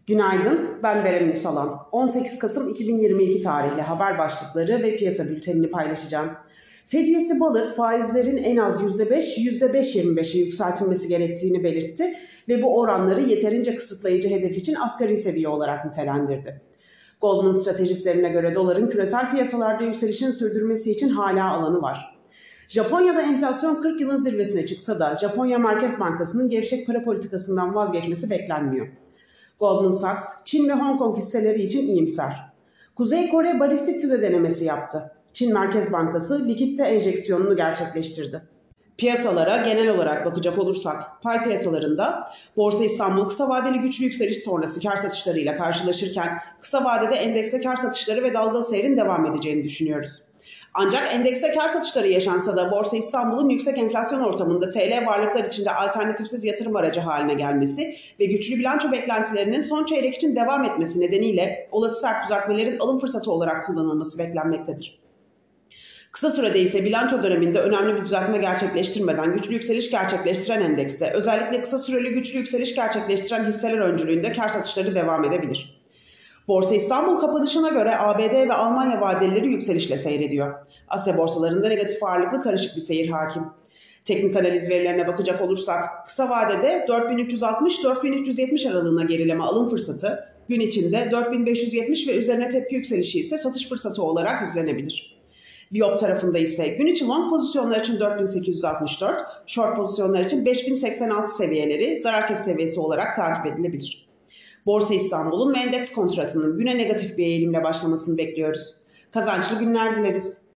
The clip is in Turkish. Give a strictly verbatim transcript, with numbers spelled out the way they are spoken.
Günaydın, ben Berem Ünsalan. on sekiz Kasım iki bin yirmi iki tarihli haber başlıkları ve piyasa bültenini paylaşacağım. Fed üyesi Bullard faizlerin en az yüzde beş, yüzde beş virgül yirmi beşe yükseltilmesi gerektiğini belirtti ve bu oranları yeterince kısıtlayıcı hedef için asgari seviye olarak nitelendirdi. Goldman stratejistlerine göre doların küresel piyasalarda yükselişin sürdürmesi için hala alanı var. Japonya'da enflasyon kırk yılın zirvesine çıksa da Japonya Merkez Bankası'nın gevşek para politikasından vazgeçmesi beklenmiyor. Goldman Sachs, Çin ve Hong Kong hisseleri için iyimser. Kuzey Kore balistik füze denemesi yaptı. Çin Merkez Bankası likitte enjeksiyonunu gerçekleştirdi. Piyasalara genel olarak bakacak olursak, pay piyasalarında Borsa İstanbul kısa vadeli güçlü yükseliş sonrası kar satışlarıyla karşılaşırken kısa vadede endekste kar satışları ve dalgalı seyrin devam edeceğini düşünüyoruz. Ancak endekse kar satışları yaşansa da Borsa İstanbul'un yüksek enflasyon ortamında T L varlıklar içinde alternatifsiz yatırım aracı haline gelmesi ve güçlü bilanço beklentilerinin son çeyrek için devam etmesi nedeniyle olası sert düzeltmelerin alım fırsatı olarak kullanılması beklenmektedir. Kısa sürede ise bilanço döneminde önemli bir düzeltme gerçekleştirmeden güçlü yükseliş gerçekleştiren endekste özellikle kısa süreli güçlü yükseliş gerçekleştiren hisseler öncülüğünde kar satışları devam edebilir. Borsa İstanbul kapanışına göre A B D ve Almanya vadeleri yükselişle seyrediyor. Asya borsalarında negatif ağırlıklı karışık bir seyir hakim. Teknik analiz verilerine bakacak olursak kısa vadede dört bin üç yüz altmış dört bin üç yüz yetmiş aralığına gerileme alım fırsatı, gün içinde dört bin beş yüz yetmiş ve üzerine tepki yükselişi ise satış fırsatı olarak izlenebilir. Viyop tarafında ise gün içi long pozisyonlar için dört bin sekiz yüz altmış dört, short pozisyonlar için beş bin seksen altı seviyeleri zarar kes seviyesi olarak takip edilebilir. Borsa İstanbul'un ve endeks kontratının güne negatif bir eğilimle başlamasını bekliyoruz. Kazançlı günler dileriz.